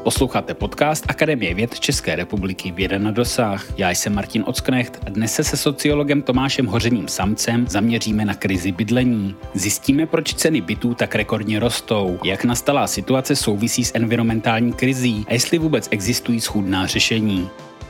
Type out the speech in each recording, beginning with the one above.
Posloucháte podcast Akademie věd České republiky Věda na dosah. Já jsem Martin Ocknecht a dnes se sociologem Tomášem Hořeným Samcem zaměříme na krizi bydlení. Zjistíme, proč ceny bytů tak rekordně rostou, jak nastalá situace souvisí s environmentální krizí a jestli vůbec existují schůdná řešení.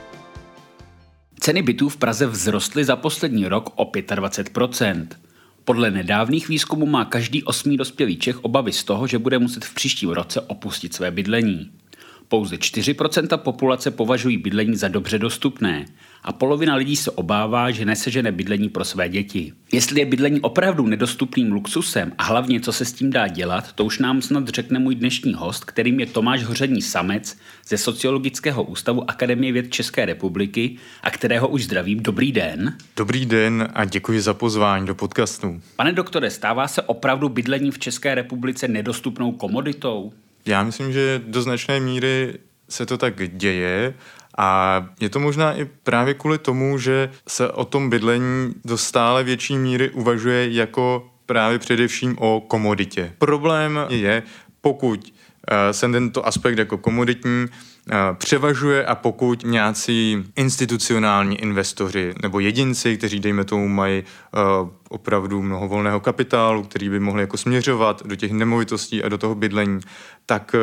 Ceny bytů v Praze vzrostly za poslední rok o 25%. Podle nedávných výzkumů má každý 8. dospělý Čech obavy z toho, že bude muset v příštím roce opustit své bydlení. Pouze 4% populace považují bydlení za dobře dostupné a polovina lidí se obává, že nesežene bydlení pro své děti. Jestli je bydlení opravdu nedostupným luxusem a hlavně co se s tím dá dělat, to už nám snad řekne můj dnešní host, kterým je Tomáš Hořený Samec ze Sociologického ústavu Akademie věd České republiky a kterého už zdravím. Dobrý den. Dobrý den a děkuji za pozvání do podcastu. Pane doktore, stává se opravdu bydlení v České republice nedostupnou komoditou? Já myslím, že do značné míry se to tak děje a je to možná i právě kvůli tomu, že se o tom bydlení do stále větší míry uvažuje jako právě především o komoditě. Problém je, pokud se tento aspekt jako komoditní převažuje a pokud nějací institucionální investoři nebo jedinci, kteří dejme tomu mají opravdu mnoho volného kapitálu, který by mohli jako směřovat do těch nemovitostí a do toho bydlení, tak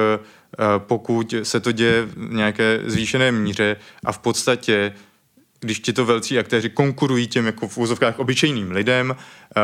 pokud se to děje v nějaké zvýšené míře a v podstatě když tito velcí aktéři konkurují těm jako v úzovkách obyčejným lidem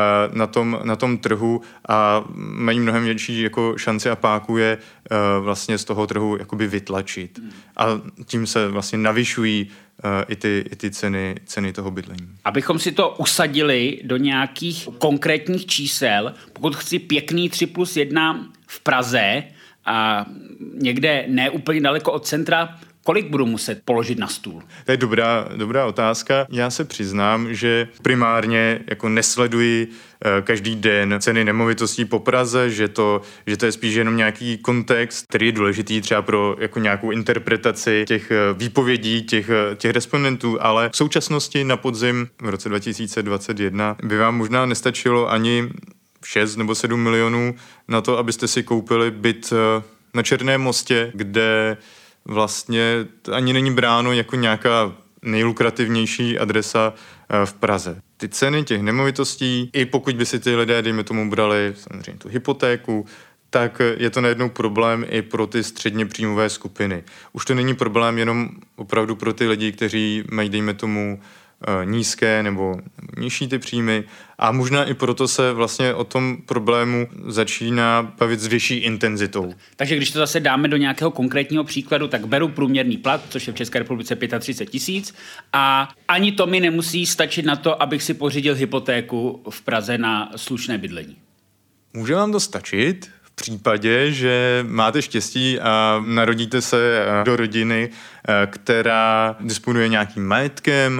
na tom trhu a mají mnohem větší jako šanci a páku je vlastně z toho trhu jakoby vytlačit. A tím se vlastně navyšují i ty ceny toho bydlení. Abychom si to usadili do nějakých konkrétních čísel, pokud chci pěkný 3+1 v Praze a někde ne úplně daleko od centra, kolik budu muset položit na stůl? To je dobrá otázka. Já se přiznám, že primárně jako nesleduji každý den ceny nemovitostí po Praze, že to je spíš jenom nějaký kontext, který je důležitý třeba pro jako nějakou interpretaci těch výpovědí těch respondentů, ale v současnosti na podzim v roce 2021 by vám možná nestačilo ani 6 nebo 7 milionů na to, abyste si koupili byt na Černém mostě, kde vlastně ani není bráno jako nějaká nejlukrativnější adresa v Praze. Ty ceny těch nemovitostí, i pokud by si ty lidé, dejme tomu, brali samozřejmě tu hypotéku, tak je to najednou problém i pro ty středně příjmové skupiny. Už to není problém jenom opravdu pro ty lidi, kteří mají, dejme tomu, nízké nebo nižší ty příjmy a možná i proto se vlastně o tom problému začíná bavit s větší intenzitou. Takže když to zase dáme do nějakého konkrétního příkladu, tak beru průměrný plat, což je v České republice 35 000 a ani to mi nemusí stačit na to, abych si pořídil hypotéku v Praze na slušné bydlení. Může vám to stačit v případě, že máte štěstí a narodíte se do rodiny, která disponuje nějakým majetkem,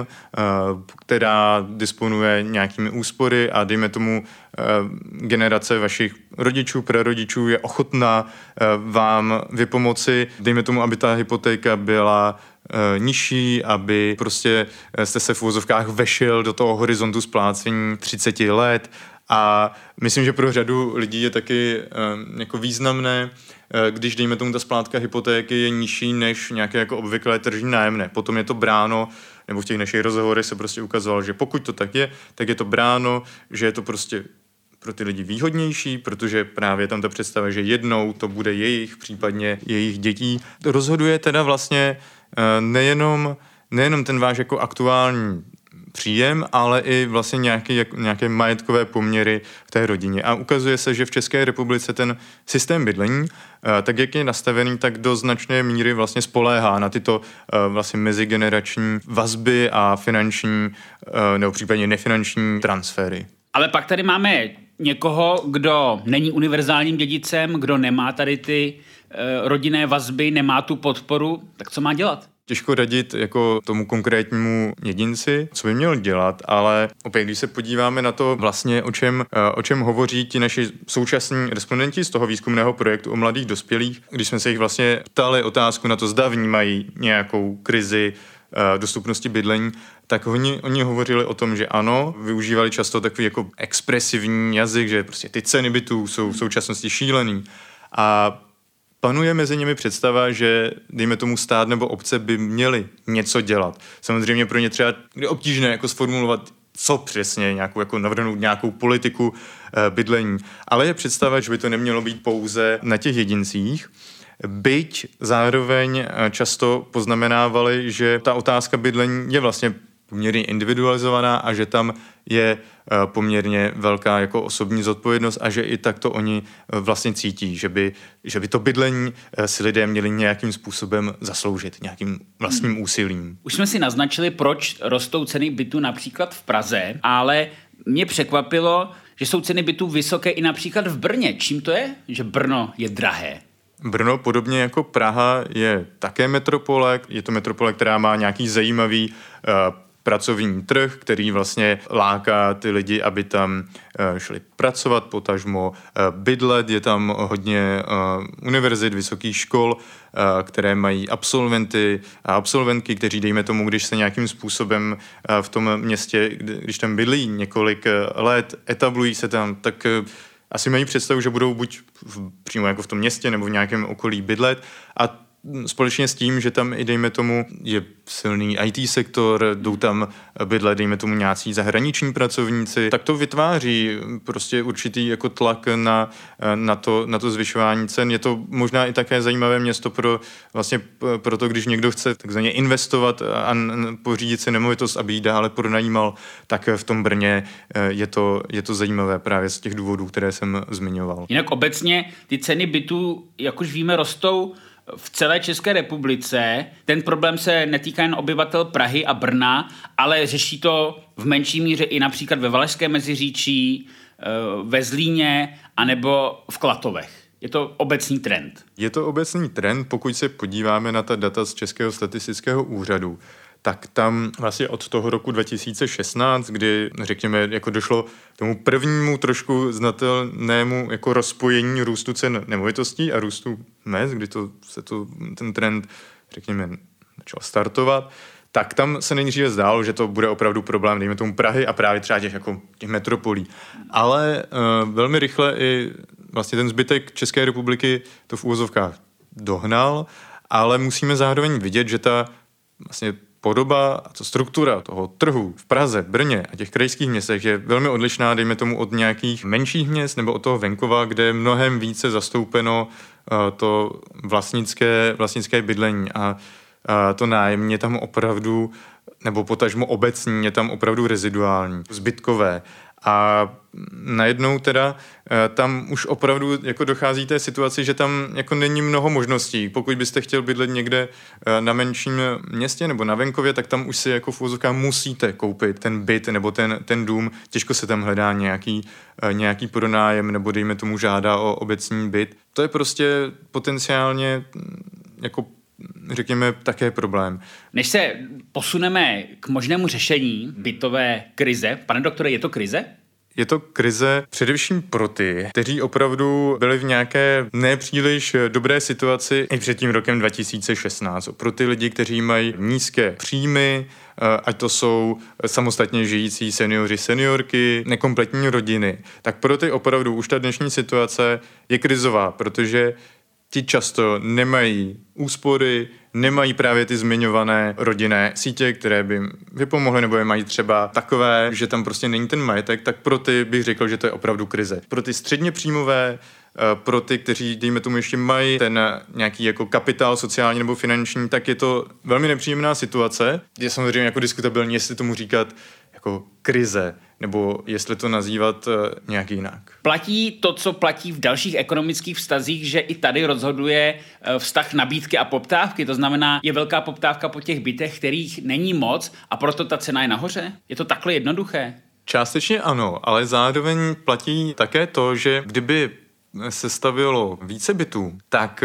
která disponuje nějakými úspory a dejme tomu generace vašich rodičů, prarodičů je ochotná vám vypomoci, dejme tomu, aby ta hypotéka byla nižší, aby prostě jste se v uvozovkách vešel do toho horizontu splácení 30 let. A myslím, že pro řadu lidí je taky jako významné, když dejme tomu ta splátka hypotéky je nižší než nějaké jako obvyklé tržní nájemné. Potom je to bráno, nebo v těch našich rozhovorech se prostě ukazovalo, že pokud to tak je to bráno, že je to prostě pro ty lidi výhodnější, protože právě tam ta představa, že jednou to bude jejich, případně jejich dětí. To rozhoduje teda vlastně nejenom ten váš jako aktuální příjem, ale i vlastně nějaké majetkové poměry v té rodině. A ukazuje se, že v České republice ten systém bydlení, tak jak je nastavený, tak do značné míry vlastně spoléhá na tyto vlastně mezigenerační vazby a finanční nebo případně nefinanční transfery. Ale pak tady máme někoho, kdo není univerzálním dědicem, kdo nemá tady ty rodinné vazby, nemá tu podporu, tak co má dělat? Těžko radit jako tomu konkrétnímu jedinci, co by měl dělat, ale opět, když se podíváme na to vlastně, o čem hovoří ti naši současní respondenti z toho výzkumného projektu o mladých dospělých, když jsme se jich vlastně ptali otázku na to, zda vnímají nějakou krizi dostupnosti bydlení, tak oni hovořili o tom, že ano, využívali často takový jako expresivní jazyk, že prostě ty ceny bytů jsou v současnosti šílený. A panuje mezi nimi představa, že dejme tomu stát nebo obce by měly něco dělat. Samozřejmě pro ně třeba je obtížné jako sformulovat, co přesně, nějakou, jako navrhnout nějakou politiku bydlení. Ale je představa, že by to nemělo být pouze na těch jedincích, byť zároveň často poznamenávali, že ta otázka bydlení je vlastně poměrně individualizovaná a že tam je poměrně velká jako osobní zodpovědnost a že i tak to oni vlastně cítí, že by to bydlení si lidé měli nějakým způsobem zasloužit, nějakým vlastním úsilím. Už jsme si naznačili, proč rostou ceny bytů například v Praze, ale mě překvapilo, že jsou ceny bytů vysoké i například v Brně. Čím to je, že Brno je drahé? Brno, podobně jako Praha, je také metropole. Je to metropole, která má nějaký zajímavý pracovní trh, který vlastně láká ty lidi, aby tam šli pracovat, potažmo bydlet. Je tam hodně univerzit, vysokých škol, které mají absolventy a absolventky, kteří, dejme tomu, když se nějakým způsobem v tom městě, když tam bydlí několik let, etablují se tam, tak asi mají představu, že budou buď přímo jako v tom městě nebo v nějakém okolí bydlet a společně s tím, že tam i dejme tomu je silný IT sektor, jdou tam bydlet, dejme tomu nějací zahraniční pracovníci, tak to vytváří prostě určitý jako tlak na to zvyšování cen. Je to možná i také zajímavé město pro to, když někdo chce takzvaně investovat a pořídit si nemovitost, aby ji dále pronajímal, tak v tom Brně je to zajímavé právě z těch důvodů, které jsem zmiňoval. Jinak obecně ty ceny bytů, jak už víme, rostou v celé České republice. Ten problém se netýká jen obyvatel Prahy a Brna, ale řeší to v menší míře i například ve Valašském Meziříčí, ve Zlíně anebo v Klatovech. Je to obecný trend. Je to obecný trend, pokud se podíváme na ta data z Českého statistického úřadu, tak tam vlastně od toho roku 2016, kdy, řekněme, jako došlo k tomu prvnímu trošku znatelnému jako rozpojení růstu cen nemovitostí a růstu mezd, kdy ten trend, řekněme, začal startovat, tak tam se nejdříve zdálo, že to bude opravdu problém, dejme tomu Prahy a právě třeba těch metropolí. Ale velmi rychle i vlastně ten zbytek České republiky to v úvozovkách dohnal, ale musíme zároveň vidět, že ta vlastně podoba a to struktura toho trhu v Praze, Brně a těch krajských městech je velmi odlišná, dejme tomu, od nějakých menších měst nebo od toho venkova, kde je mnohem více zastoupeno to vlastnické bydlení a to nájemní je tam opravdu, nebo potažmo obecní, je tam opravdu reziduální, zbytkové. A najednou teda tam už opravdu jako dochází té situaci, že tam jako není mnoho možností. Pokud byste chtěl bydlet někde na menším městě nebo na venkově, tak tam už si jako v uvozovkách musíte koupit ten byt nebo ten dům. Těžko se tam hledá nějaký pronájem nebo dejme tomu žádá o obecní byt. To je prostě potenciálně jako řekněme také problém. Než se posuneme k možnému řešení bytové krize, pane doktore, je to krize? Je to krize především pro ty, kteří opravdu byli v nějaké nepříliš dobré situaci i před tím rokem 2016. Pro ty lidi, kteří mají nízké příjmy, ať to jsou samostatně žijící seniori, seniorky, nekompletní rodiny, tak pro ty opravdu už ta dnešní situace je krizová, protože ti často nemají úspory, nemají právě ty zmiňované rodinné sítě, které by jim vypomohly, nebo je mají třeba takové, že tam prostě není ten majetek, tak pro ty bych řekl, že to je opravdu krize. Pro ty středně příjmové, pro ty, kteří, dejme tomu, ještě mají ten nějaký jako kapitál sociální nebo finanční, tak je to velmi nepříjemná situace. Je samozřejmě jako diskutabilní, jestli tomu říkat jako krize, nebo jestli to nazývat nějak jinak. Platí to, co platí v dalších ekonomických vztazích, že i tady rozhoduje vztah nabídky a poptávky, to znamená, je velká poptávka po těch bytech, kterých není moc a proto ta cena je nahoře? Je to takhle jednoduché? Částečně ano, ale zároveň platí také to, že kdyby se stavělo více bytů, tak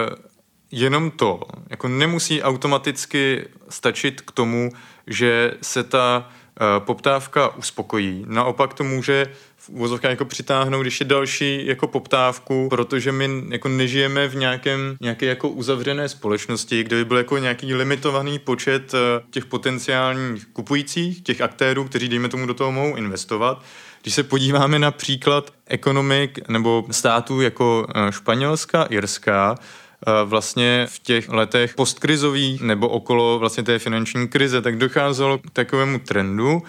jenom to jako nemusí automaticky stačit k tomu, že se ta poptávka uspokojí. Naopak to může v uvozovkách jako přitáhnout ještě další jako poptávku, protože my jako nežijeme v nějaké jako uzavřené společnosti, kde by byl jako nějaký limitovaný počet těch potenciálních kupujících, těch aktérů, kteří dejme tomu do toho mohou investovat. Když se podíváme na příklad ekonomik nebo států jako Španělska, Irska, vlastně v těch letech postkrizových nebo okolo vlastně té finanční krize, tak docházelo k takovému trendu,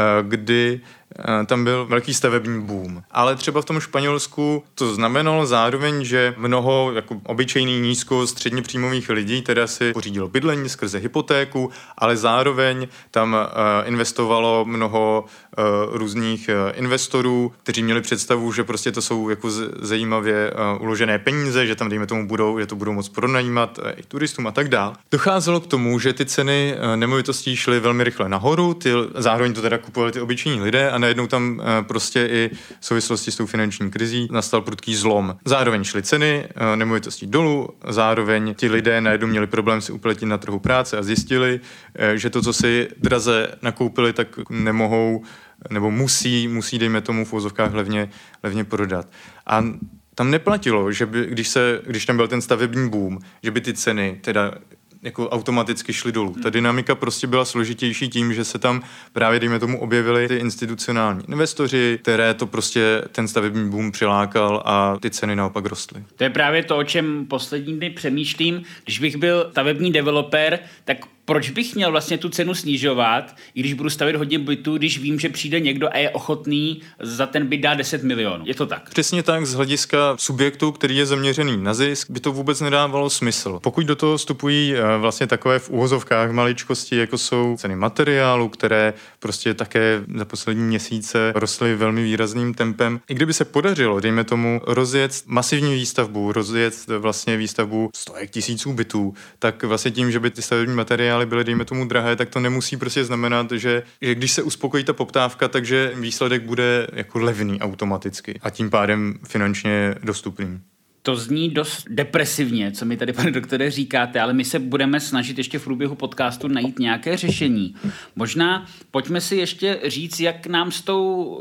kdy tam byl velký stavební boom. Ale třeba v tom Španělsku to znamenalo zároveň, že mnoho jako obyčejných středně příjmových lidí teda si pořídilo bydlení skrze hypotéku, ale zároveň tam investovalo mnoho různých investorů, kteří měli představu, že prostě to jsou jako zajímavě uložené peníze, že tam dejme tomu že to budou moc pronajímat i turistům a tak dál. Docházelo k tomu, že ty ceny nemovitostí šly velmi rychle nahoru, zároveň to teda kupovali ty obyčejní lidé a najednou tam prostě i v souvislosti s tou finanční krizí nastal prudký zlom. Zároveň šly ceny nemovitostí dolů, zároveň ti lidé najednou měli problém si upletit na trhu práce a zjistili, že to, co si draze nakoupili, tak nemohou nebo musí dejme tomu v uvozovkách levně prodat. A tam neplatilo, že by, když tam byl ten stavební boom, že by ty ceny teda jako automaticky šly dolů. Ta dynamika prostě byla složitější tím, že se tam právě, dejme tomu, objevili ty institucionální investoři, které to prostě ten stavební boom přilákal a ty ceny naopak rostly. To je právě to, o čem poslední dny přemýšlím. Když bych byl stavební developer, tak proč bych měl vlastně tu cenu snižovat, i když budu stavět hodně bytů, když vím, že přijde někdo a je ochotný za ten byt dát 10 milionů. Je to tak? Přesně tak, z hlediska subjektu, který je zaměřený na zisk, by to vůbec nedávalo smysl. Pokud do toho vstupují vlastně takové v uvozovkách maličkosti, jako jsou ceny materiálu, které prostě také za poslední měsíce rostly velmi výrazným tempem. I kdyby se podařilo, dejme tomu, rozjet masivní výstavbu, vlastně výstavbu stovek tisíců bytů, tak vlastně tím, že by ty stavební materiály byly, dejme tomu, drahé, tak to nemusí prostě znamenat, že když se uspokojí ta poptávka, takže výsledek bude jako levný automaticky a tím pádem finančně dostupný. To zní dost depresivně, co mi tady, pane doktore, říkáte, ale my se budeme snažit ještě v průběhu podcastu najít nějaké řešení. Možná pojďme si ještě říct, jak nám s tou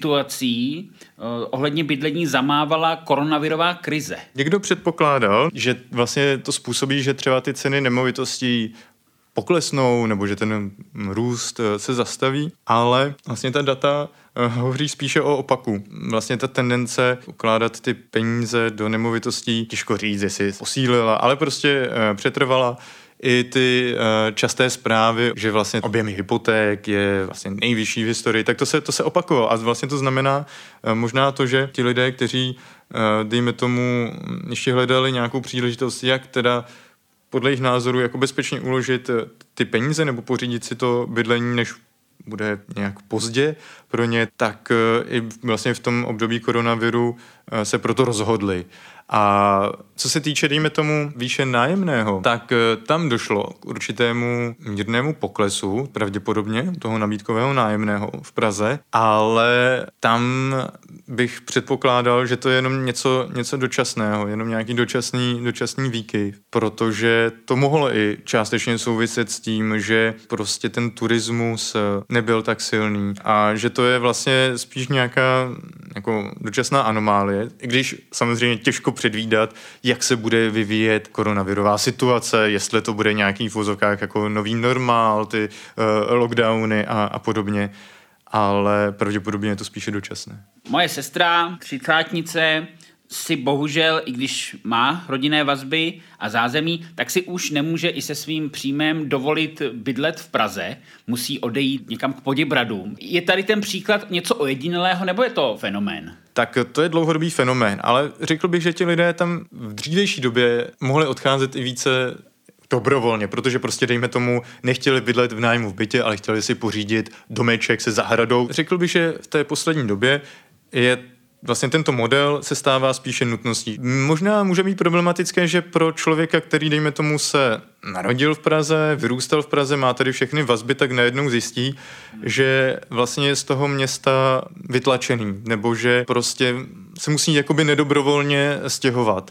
situací ohledně bydlení zamávala koronavirová krize. Někdo předpokládal, že vlastně to způsobí, že třeba ty ceny nemovitostí poklesnou, nebo že ten růst se zastaví, ale vlastně ta data hovoří spíše o opaku. Vlastně ta tendence ukládat ty peníze do nemovitostí, těžko říct, jestli posílila, ale prostě přetrvala i ty časté zprávy, že vlastně objemy hypoték je vlastně nejvyšší v historii, tak to se opakovalo. A vlastně to znamená možná to, že ti lidé, kteří, dejme tomu, ještě hledali nějakou příležitost, jak teda podle jejich názoru jako bezpečně uložit ty peníze nebo pořídit si to bydlení, než bude nějak pozdě pro ně, tak i vlastně v tom období koronaviru se proto rozhodli. A co se týče, dejme tomu, výše nájemného, tak tam došlo k určitému mírnému poklesu, pravděpodobně toho nabídkového nájemného v Praze, ale tam bych předpokládal, že to je jenom něco dočasného, jenom nějaký dočasný výkyv, protože to mohlo i částečně souviset s tím, že prostě ten turismus nebyl tak silný a že to je vlastně spíš nějaká jako dočasná anomálie, i když samozřejmě těžko předvídat, jak se bude vyvíjet koronavirová situace, jestli to bude nějaký v vozovkách jako nový normál, ty lockdowny a podobně, ale pravděpodobně je to spíše dočasné. Moje sestra, 30-tnice, si bohužel, i když má rodinné vazby a zázemí, tak si už nemůže i se svým příjmem dovolit bydlet v Praze, musí odejít někam k Poděbradům. Je tady ten příklad něco ojedinělého, nebo je to fenomén? Tak to je dlouhodobý fenomén, ale řekl bych, že ti lidé tam v dřívější době mohli odcházet i více dobrovolně, protože prostě, dejme tomu, nechtěli bydlet v nájmu v bytě, ale chtěli si pořídit domeček se zahradou. Řekl bych, že v té poslední době je vlastně tento model se stává spíše nutností. Možná může být problematické, že pro člověka, který, dejme tomu, se narodil v Praze, vyrůstal v Praze, má tady všechny vazby, tak najednou zjistí, že vlastně je z toho města vytlačený, nebo že prostě se musí jakoby nedobrovolně stěhovat.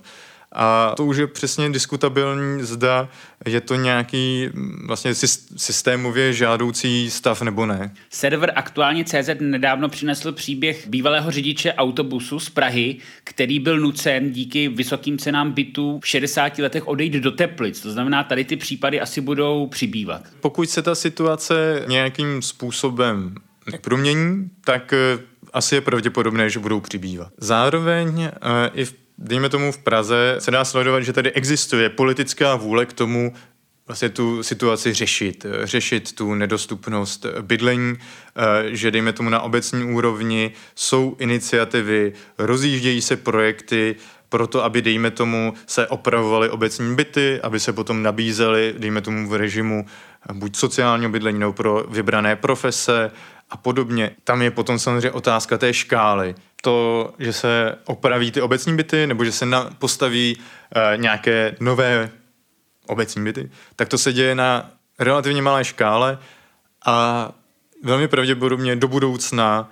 A to už je přesně diskutabilní, zda je to nějaký vlastně systémově žádoucí stav nebo ne. Server Aktuálně.cz nedávno přinesl příběh bývalého řidiče autobusu z Prahy, který byl nucen díky vysokým cenám bytů v 60 letech odejít do Teplic. To znamená, tady ty případy asi budou přibývat. Pokud se ta situace nějakým způsobem nepromění, tak asi je pravděpodobné, že budou přibývat. Zároveň dejme tomu v Praze se dá sledovat, že tady existuje politická vůle k tomu vlastně tu situaci řešit tu nedostupnost bydlení, že dejme tomu na obecní úrovni jsou iniciativy, rozjíždějí se projekty proto, aby dejme tomu se opravovaly obecní byty, aby se potom nabízely dejme tomu v režimu buď sociálního bydlení nebo pro vybrané profese a podobně. Tam je potom samozřejmě otázka té škály. To, že se opraví ty obecní byty nebo že se postaví nějaké nové obecní byty, tak to se děje na relativně malé škále a velmi pravděpodobně do budoucna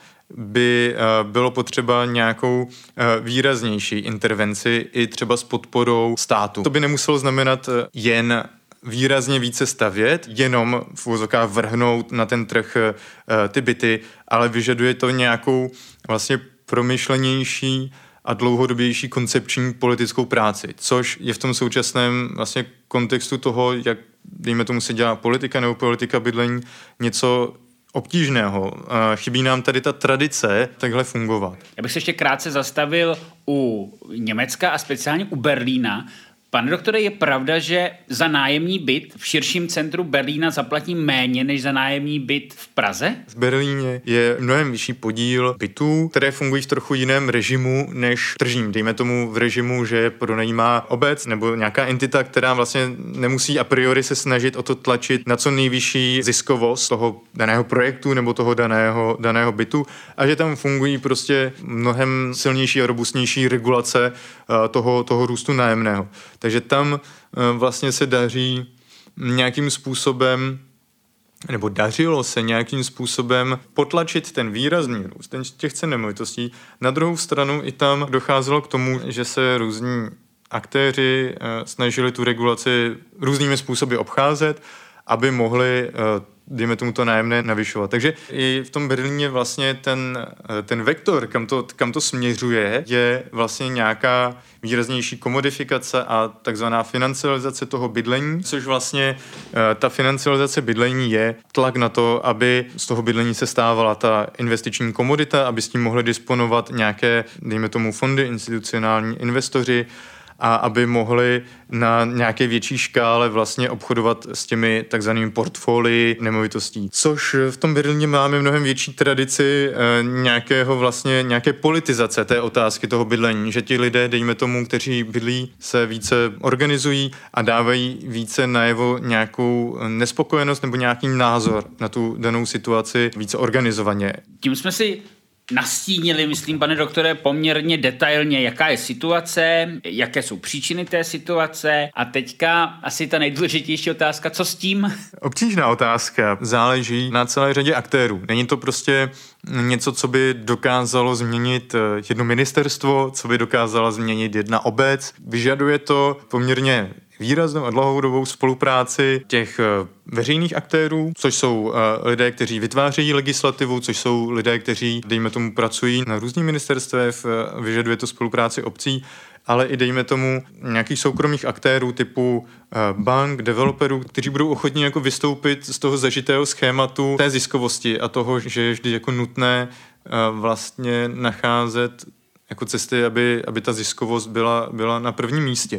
by bylo potřeba nějakou výraznější intervenci i třeba s podporou státu. To by nemuselo znamenat jen výrazně více stavět, jenom v uvozovkách vrhnout na ten trh ty byty, ale vyžaduje to nějakou vlastně promyšlenější a dlouhodobější koncepční politickou práci, což je v tom současném vlastně kontextu toho, jak dejme tomu se dělá politika nebo politika bydlení, něco obtížného. Chybí nám tady ta tradice takhle fungovat. Já bych se ještě krátce zastavil u Německa a speciálně u Berlína. Pane doktore, je pravda, že za nájemní byt v širším centru Berlína zaplatí méně než za nájemní byt v Praze? V Berlíně je mnohem vyšší podíl bytů, které fungují v trochu jiném režimu než tržním. Dejme tomu v režimu, že pronajímá obec nebo nějaká entita, která vlastně nemusí a priori se snažit o to tlačit na co nejvyšší ziskovost toho daného projektu nebo toho daného bytu a že tam fungují prostě mnohem silnější a robustnější regulace toho růstu nájemného. Takže tam vlastně se daří nějakým způsobem, nebo dařilo se nějakým způsobem potlačit ten výrazný růst těch cen nemovitostí. Na druhou stranu i tam docházelo k tomu, že se různí aktéři snažili tu regulaci různými způsoby obcházet, aby mohli dejme tomu to nájemné navyšovat. Takže i v tom Berlíně vlastně ten vektor, kam to směřuje, je vlastně nějaká výraznější komodifikace a takzvaná financializace toho bydlení, což vlastně ta financializace bydlení je tlak na to, aby z toho bydlení se stávala ta investiční komodita, aby s tím mohli disponovat nějaké, dejme tomu fondy, institucionální investoři, a aby mohli na nějaké větší škále vlastně obchodovat s těmi takzvanými portfolii nemovitostí. Což v tom Berlíně máme mnohem větší tradici nějaké politizace té otázky toho bydlení, že ti lidé, dejme tomu, kteří bydlí, se více organizují a dávají více najevo nějakou nespokojenost nebo nějaký názor na tu danou situaci více organizovaně. Tím jsme si nastínili, myslím, pane doktore, poměrně detailně, jaká je situace, jaké jsou příčiny té situace a teďka asi ta nejdůležitější otázka, co s tím? Obtížná otázka. Záleží na celé řadě aktérů. Není to prostě něco, co by dokázalo změnit jedno ministerstvo, co by dokázala změnit jedna obec. Vyžaduje to poměrně výraznou a dlouhodobou spolupráci těch veřejných aktérů, což jsou lidé, kteří vytvářejí legislativu, což jsou lidé, kteří, dejme tomu, pracují na různých ministerstvech, vyžaduje to spolupráci obcí, ale i dejme tomu nějakých soukromých aktérů typu bank, developerů, kteří budou ochotní jako vystoupit z toho zažitého schématu té ziskovosti a toho, že je vždy jako nutné vlastně nacházet jako cesty, aby ta ziskovost byla na prvním místě.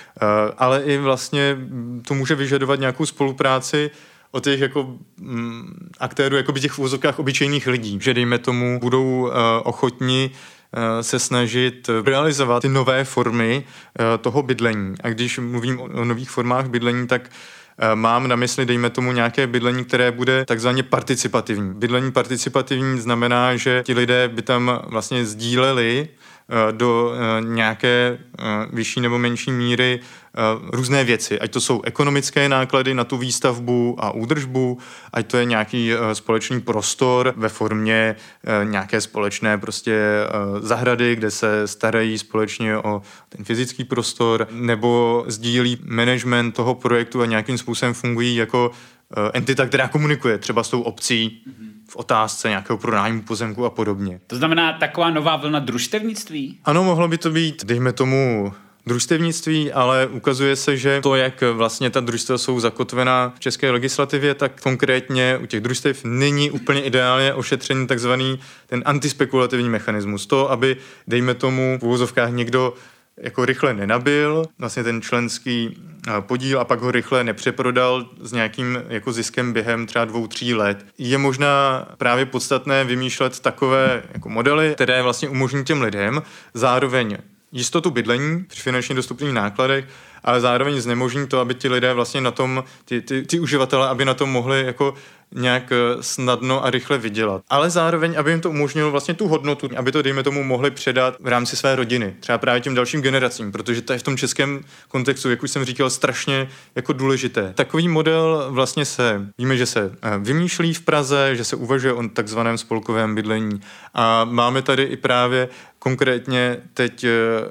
Ale i vlastně to může vyžadovat nějakou spolupráci od těch jako aktérů, jako by těch v uvozovkách obyčejných lidí, že dejme tomu budou ochotni se snažit realizovat ty nové formy toho bydlení. A když mluvím o nových formách bydlení, tak mám na mysli, dejme tomu, nějaké bydlení, které bude takzvaně participativní. Bydlení participativní znamená, že ti lidé by tam vlastně sdíleli do nějaké vyšší nebo menší míry různé věci. Ať to jsou ekonomické náklady na tu výstavbu a údržbu, ať to je nějaký společný prostor ve formě nějaké společné prostě zahrady, kde se starají společně o ten fyzický prostor, nebo sdílí management toho projektu a nějakým způsobem fungují jako entita, která komunikuje třeba s tou obcí v otázce nějakého pronájmu pozemku a podobně. To znamená taková nová vlna družstevnictví? Ano, mohlo by to být, dejme tomu, družstevnictví, ale ukazuje se, že to, jak vlastně ta družstva jsou zakotvená v české legislativě, tak konkrétně u těch družstev není úplně ideálně ošetřený takzvaný ten antispekulativní mechanismus. To, aby, dejme tomu, v uvozovkách někdo jako rychle nenabil vlastně ten členský podíl a pak ho rychle nepřeprodal s nějakým jako ziskem během třeba 2-3 let. Je možná právě podstatné vymýšlet takové jako modely, které vlastně umožní těm lidem zároveň jistotu bydlení při finančně dostupných nákladech, ale zároveň znemožní to, aby ti lidé vlastně na tom, ty uživatelé, aby na tom mohli jako nějak snadno a rychle vydělat. Ale zároveň, aby jim to umožnilo vlastně tu hodnotu, aby to, dejme tomu, mohli předat v rámci své rodiny, třeba právě těm dalším generacím, protože to je v tom českém kontextu, jak už jsem říkal, strašně jako důležité. Takový model vlastně víme, že se vymýšlí v Praze, že se uvažuje o takzvaném spolkovém bydlení a máme tady i právě konkrétně teď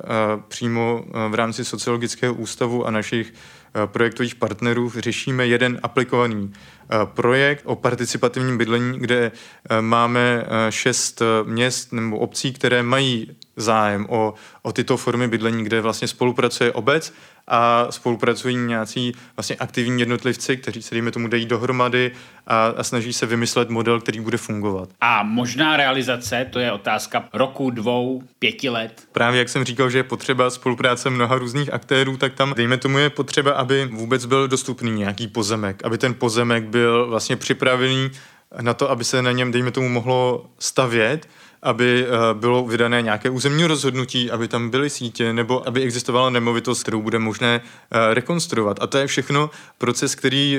přímo v rámci Sociologického ústavu a našich projektových partnerů řešíme jeden aplikovaný projekt o participativním bydlení, kde máme 6 měst nebo obcí, které mají zájem o tyto formy bydlení, kde vlastně spolupracuje obec a spolupracují nějací vlastně aktivní jednotlivci, kteří se, dejme tomu, dají dohromady a snaží se vymyslet model, který bude fungovat. A možná realizace, to je otázka roku, 2, 5 let. Právě jak jsem říkal, že je potřeba spolupráce mnoha různých aktérů, tak tam, dejme tomu, je potřeba, aby vůbec byl dostupný nějaký pozemek, aby ten pozemek byl vlastně připravený na to, aby se na něm, dejme tomu, mohlo stavět, aby bylo vydané nějaké územní rozhodnutí, aby tam byly sítě, nebo aby existovala nemovitost, kterou bude možné rekonstruovat. A to je všechno proces, který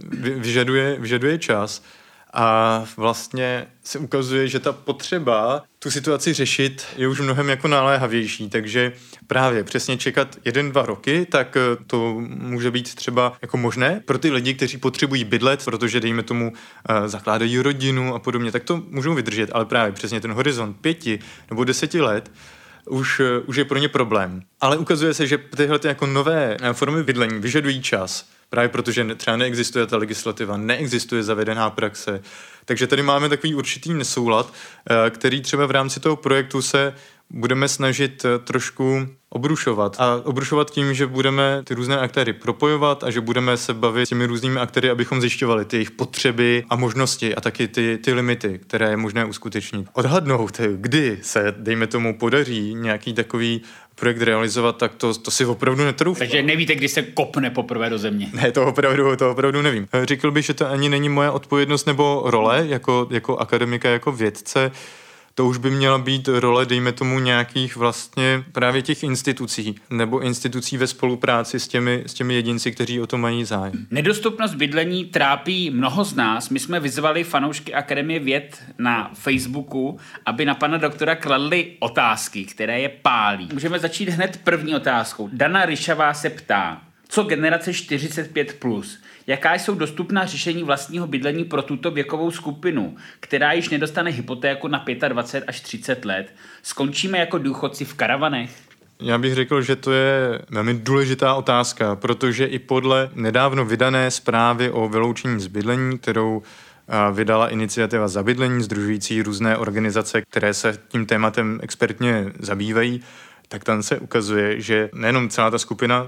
vyžaduje čas. A vlastně se ukazuje, že ta potřeba tu situaci řešit je už mnohem jako naléhavější, takže právě přesně čekat 1-2 roky, tak to může být třeba jako možné pro ty lidi, kteří potřebují bydlet, protože dejme tomu zakládají rodinu a podobně, tak to můžou vydržet, ale právě přesně ten horizont 5 nebo 10 let už je pro ně problém. Ale ukazuje se, že tyhle jako nové formy bydlení vyžadují čas. Právě protože třeba neexistuje ta legislativa, neexistuje zavedená praxe. Takže tady máme takový určitý nesoulad, který třeba v rámci toho projektu se budeme snažit trošku obrušovat. A obrušovat tím, že budeme ty různé aktéry propojovat a že budeme se bavit s těmi různými aktéry, abychom zjišťovali ty jejich potřeby a možnosti a taky ty limity, které je možné uskutečnit. Odhadnout, kdy se, dejme tomu, podaří nějaký takový projekt realizovat, tak to si opravdu netroufám. Takže nevíte, kdy se kopne poprvé do země. Ne, to opravdu nevím. Řekl bych, že to ani není moje odpovědnost nebo role jako akademika, jako vědce. To už by měla být role, dejme tomu, nějakých vlastně právě těch institucí nebo institucí ve spolupráci s těmi jedinci, kteří o to mají zájem. Nedostupnost bydlení trápí mnoho z nás. My jsme vyzvali fanoušky Akademie věd na Facebooku, aby na pana doktora kladli otázky, které je pálí. Můžeme začít hned první otázkou. Dana Ryšavá se ptá, co generace 45+? Jaká jsou dostupná řešení vlastního bydlení pro tuto věkovou skupinu, která již nedostane hypotéku na 25 až 30 let? Skončíme jako důchodci v karavanech? Já bych řekl, že to je velmi důležitá otázka, protože i podle nedávno vydané zprávy o vyloučení z bydlení, kterou vydala iniciativa Za bydlení, sdružující různé organizace, které se tím tématem expertně zabývají, tak tam se ukazuje, že nejenom celá ta skupina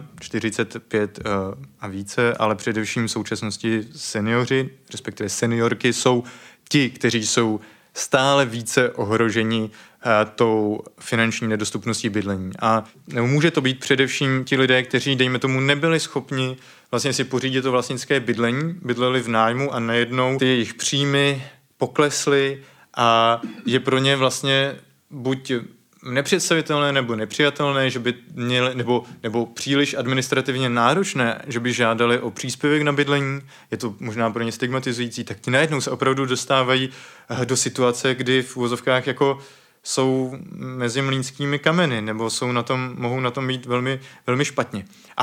45 a více, ale především v současnosti seniori, respektive seniorky, jsou ti, kteří jsou stále více ohroženi tou finanční nedostupností bydlení. A může to být především ti lidé, kteří, dejme tomu, nebyli schopni vlastně si pořídit to vlastnické bydlení, bydleli v nájmu a najednou ty jejich příjmy poklesly a je pro ně vlastně buď nepředstavitelné nebo nepřijatelné, že by měli, nebo příliš administrativně náročné, že by žádali o příspěvek na bydlení, je to možná pro ně stigmatizující, tak ti najednou se opravdu dostávají do situace, kdy v uvozovkách jako jsou mezi mlýnskými kameny, nebo mohou na tom být velmi, velmi špatně. A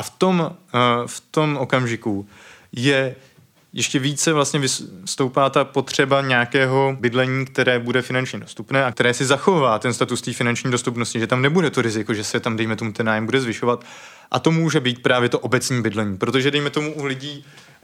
v tom okamžiku je ještě více vlastně stoupá ta potřeba nějakého bydlení, které bude finančně dostupné a které si zachová ten status té finanční dostupnosti, že tam nebude to riziko, že se tam, dejme tomu, ten nájem bude zvyšovat. A to může být právě to obecní bydlení, protože, dejme tomu, u lidí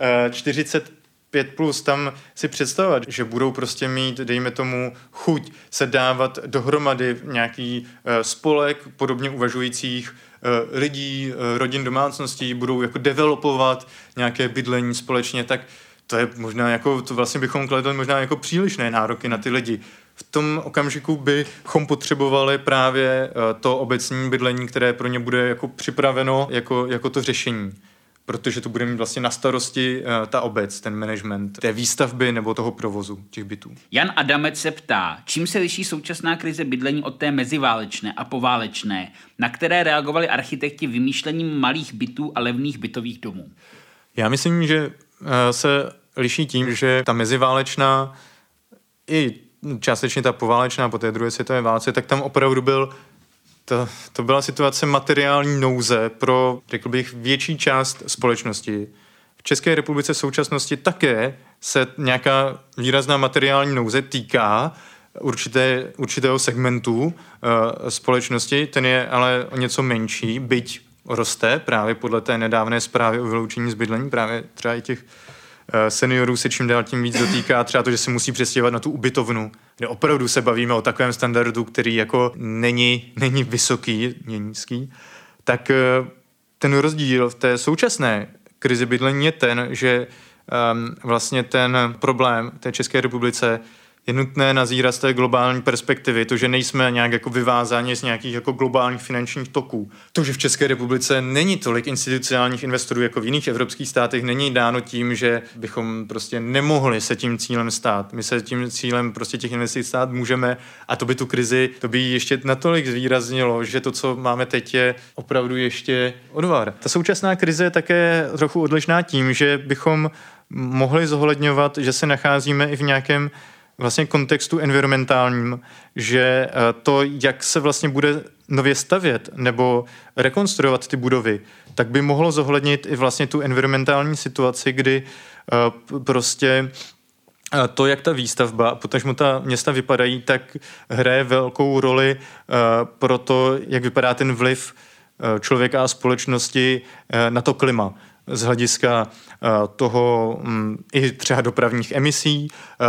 45+, tam si představovat, že budou prostě mít, dejme tomu, chuť se dávat dohromady nějaký spolek podobně uvažujících lidí, rodin, domácností budou jako developovat nějaké bydlení společně, tak to je možná jako, to vlastně bychom kladli možná jako přílišné nároky na ty lidi. V tom okamžiku bychom potřebovali právě to obecní bydlení, které pro ně bude jako připraveno jako to řešení. Protože to bude mít vlastně na starosti ta obec, ten management té výstavby nebo toho provozu těch bytů. Jan Adamec se ptá, čím se liší současná krize bydlení od té meziválečné a poválečné, na které reagovali architekti vymýšlením malých bytů a levných bytových domů? Já myslím, že se liší tím, že ta meziválečná i částečně ta poválečná po té druhé světové válce, tak tam opravdu to byla situace materiální nouze pro, řekl bych, větší část společnosti. V České republice v současnosti také se nějaká výrazná materiální nouze týká určitého segmentu společnosti, ten je ale o něco menší, byť roste právě podle té nedávné zprávy o vyloučení z bydlení, právě třeba i těch seniorů se čím dál tím víc dotýká třeba to, že se musí přestěhovat na tu ubytovnu, kde opravdu se bavíme o takovém standardu, který jako není vysoký, není nízký, tak ten rozdíl v té současné krizi bydlení je ten, že vlastně ten problém té České republice je nutné nazírat z té globální perspektivy, to, že nejsme nějak jako vyvázáni z nějakých jako globálních finančních toků. To, že v České republice není tolik institucionálních investorů jako v jiných evropských státech, není dáno tím, že bychom prostě nemohli se tím cílem stát. My se tím cílem prostě těch investic stát můžeme a to by tu krizi, to by ještě natolik zvýraznilo, že to, co máme teď, je opravdu ještě odvar. Ta současná krize je také trochu odlišná tím, že bychom mohli zohledňovat, že se nacházíme i v nějakém vlastně kontextu environmentálním, že to, jak se vlastně bude nově stavět nebo rekonstruovat ty budovy, tak by mohlo zohlednit i vlastně tu environmentální situaci, kdy prostě to, jak ta výstavba a potažmo ta města vypadají, tak hraje velkou roli pro to, jak vypadá ten vliv člověka a společnosti na to klima. Z hlediska toho i třeba dopravních emisí,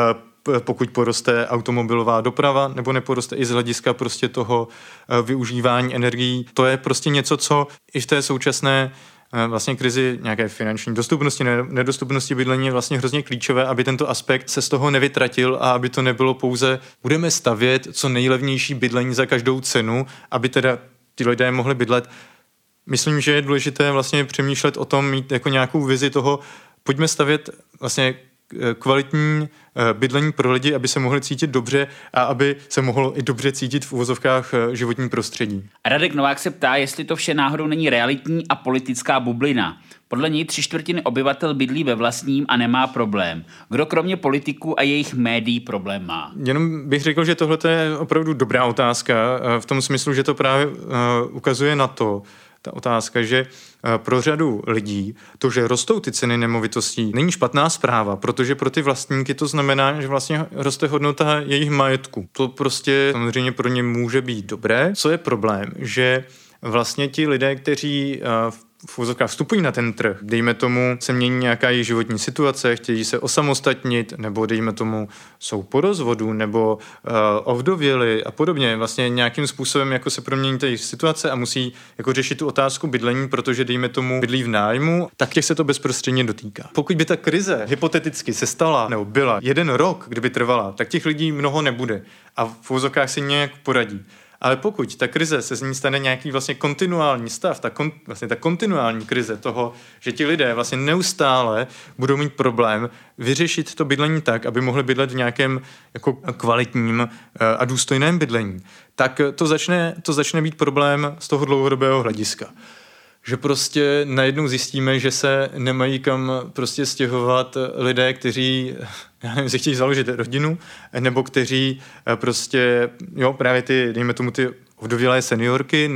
pokud poroste automobilová doprava nebo neporoste i z hlediska prostě toho využívání energií. To je prostě něco, co i v té současné vlastně krizi nějaké finanční dostupnosti, nedostupnosti bydlení je vlastně hrozně klíčové, aby tento aspekt se z toho nevytratil a aby to nebylo pouze budeme stavět co nejlevnější bydlení za každou cenu, aby teda ti lidé mohli bydlet. Myslím, že je důležité vlastně přemýšlet o tom, mít jako nějakou vizi toho, pojďme stavět vlastně kvalitní bydlení pro lidi, aby se mohli cítit dobře a aby se mohlo i dobře cítit v uvozovkách životní prostředí. Radek Novák se ptá, jestli to vše náhodou není realitní a politická bublina. Podle něj 3/4 obyvatel bydlí ve vlastním a nemá problém. Kdo kromě politiků a jejich médií problém má? Jenom bych řekl, že tohle je opravdu dobrá otázka v tom smyslu, že to právě ukazuje na to, ta otázka, že pro řadu lidí to, že rostou ty ceny nemovitostí, není špatná zpráva, protože pro ty vlastníky to znamená, že vlastně roste hodnota jejich majetku. To prostě samozřejmě pro ně může být dobré. Co je problém, že vlastně ti lidé, kteří v úzovkách vstupují na ten trh, dejme tomu, se mění nějaká jejich životní situace, chtějí se osamostatnit, nebo dejme tomu, jsou po rozvodu, nebo ovdověli a podobně. Vlastně nějakým způsobem jako se promění ta jejich situace a musí jako řešit tu otázku bydlení, protože dejme tomu bydlí v nájmu, tak těch se to bezprostředně dotýká. Pokud by ta krize hypoteticky se stala, nebo byla 1 rok, kdyby trvala, tak těch lidí mnoho nebude a v úzovkách si nějak poradí. Ale pokud ta krize se z ní stane nějaký vlastně kontinuální stav, ta kontinuální krize toho, že ti lidé vlastně neustále budou mít problém vyřešit to bydlení tak, aby mohli bydlet v nějakém jako kvalitním a důstojném bydlení, tak to začne být problém z toho dlouhodobého hlediska. Že prostě najednou zjistíme, že se nemají kam prostě stěhovat lidé, kteří, já nevím, si chtějí založit rodinu, nebo kteří prostě, právě ty, dejme tomu ty ovdovělé seniorky,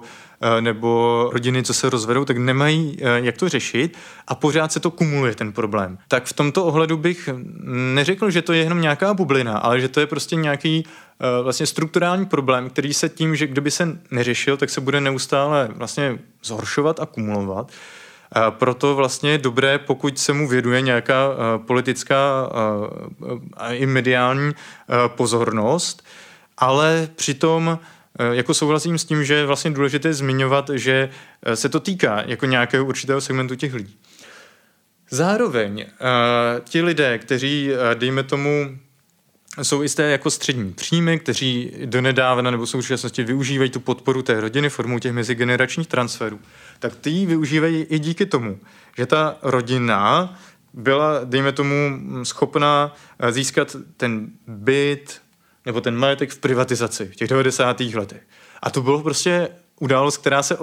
nebo rodiny, co se rozvedou, tak nemají jak to řešit a pořád se to kumuluje, ten problém. Tak v tomto ohledu bych neřekl, že to je jenom nějaká bublina, ale že to je prostě nějaký vlastně strukturální problém, který se tím, že kdyby se neřešil, tak se bude neustále vlastně zhoršovat a kumulovat. Proto vlastně je dobré, pokud se mu věnuje nějaká politická a i mediální pozornost, ale přitom jako souhlasím s tím, že je vlastně důležité zmiňovat, že se to týká jako nějakého určitého segmentu těch lidí. Zároveň ti lidé, kteří, dejme tomu, jsou i z té jako střední příjmy, kteří donedávna nebo v současnosti využívají tu podporu té rodiny formou těch mezigeneračních transferů, tak ty ji využívají i díky tomu, že ta rodina byla, dejme tomu, schopná získat ten byt nebo ten majetek v privatizaci v těch 90. letech. A to bylo prostě událost,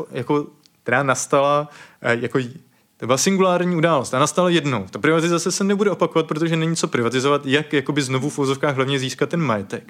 která nastala jako to byla singulární událost a nastala jednou. Ta privatizace se nebude opakovat, protože není co privatizovat, jak jakoby znovu v uvozovkách hlavně získat ten majetek.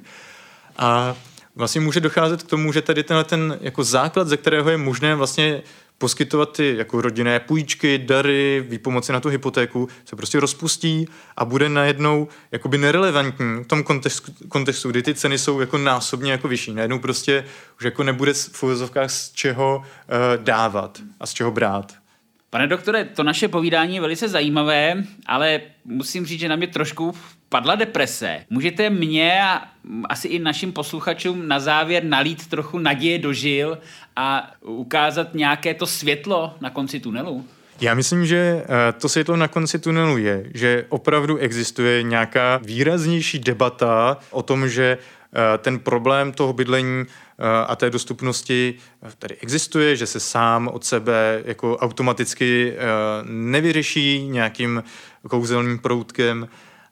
A vlastně může docházet k tomu, že tady ten jako základ, ze kterého je možné vlastně poskytovat ty jako rodinné půjčky, dary, výpomoci na tu hypotéku, se prostě rozpustí a bude najednou jakoby nerelevantní v tom kontextu, kdy ty ceny jsou jako násobně jako vyšší. Najednou prostě už jako nebude v uvozovkách z čeho dávat a z čeho brát. Pane doktore, to naše povídání je velice zajímavé, ale musím říct, že na mě trošku padla deprese. Můžete mě a asi i našim posluchačům na závěr nalít trochu naděje do žil a ukázat nějaké to světlo na konci tunelu? Já myslím, že to světlo na konci tunelu je, že opravdu existuje nějaká výraznější debata o tom, že ten problém toho bydlení a té dostupnosti tady existuje, že se sám od sebe jako automaticky nevyřeší nějakým kouzelným proutkem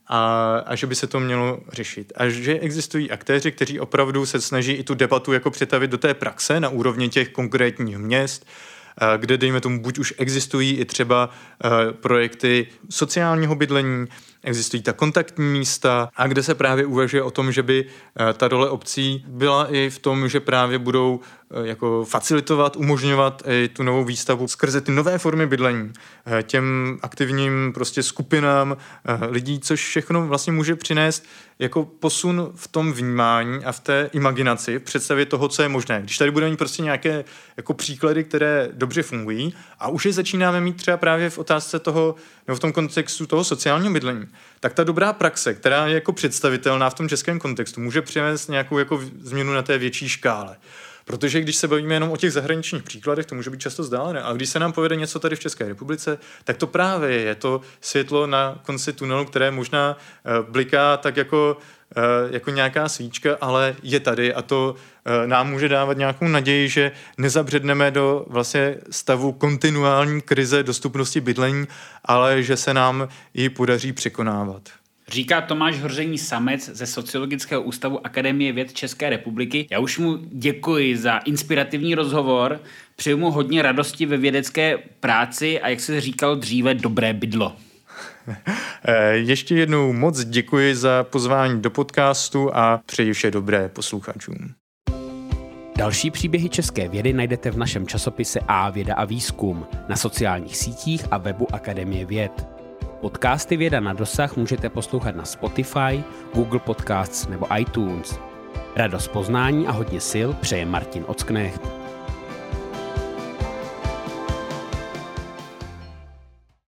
a že by se to mělo řešit. A že existují aktéři, kteří opravdu se snaží i tu debatu jako přetavit do té praxe na úrovni těch konkrétních měst, kde, dejme tomu, buď už existují i třeba projekty sociálního bydlení, existují ta kontaktní místa a kde se právě uvažuje o tom, že by ta role obcí byla i v tom, že právě budou jako facilitovat, umožňovat i tu novou výstavu skrze ty nové formy bydlení těm aktivním prostě skupinám lidí, což všechno vlastně může přinést jako posun v tom vnímání a v té imaginaci, v představě toho, co je možné. Když tady budeme mít prostě nějaké jako příklady, které dobře fungují a už je začínáme mít třeba právě v otázce toho, nebo v tom kontextu toho sociálního bydlení, tak ta dobrá praxe, která je jako představitelná v tom českém kontextu, může přinést nějakou jako změnu na té větší škále. Protože když se bavíme jenom o těch zahraničních příkladech, to může být často vzdálené, ale když se nám povede něco tady v České republice, tak to právě je to světlo na konci tunelu, které možná bliká tak jako nějaká svíčka, ale je tady a to nám může dávat nějakou naději, že nezabředneme do vlastně stavu kontinuální krize dostupnosti bydlení, ale že se nám ji podaří překonávat. Říká Tomáš Hoření Samec ze Sociologického ústavu Akademie věd České republiky. Já už mu děkuji za inspirativní rozhovor, přeju mu hodně radosti ve vědecké práci a jak se říkalo dříve, dobré bydlo. Ještě jednou moc děkuji za pozvání do podcastu a přeji vše dobré posluchačům. Další příběhy české vědy najdete v našem časopise A věda a výzkum, na sociálních sítích a webu Akademie věd. Podcasty Věda na dosah můžete poslouchat na Spotify, Google Podcasts nebo iTunes. Radost poznání a hodně sil přeje Martin Ocknecht.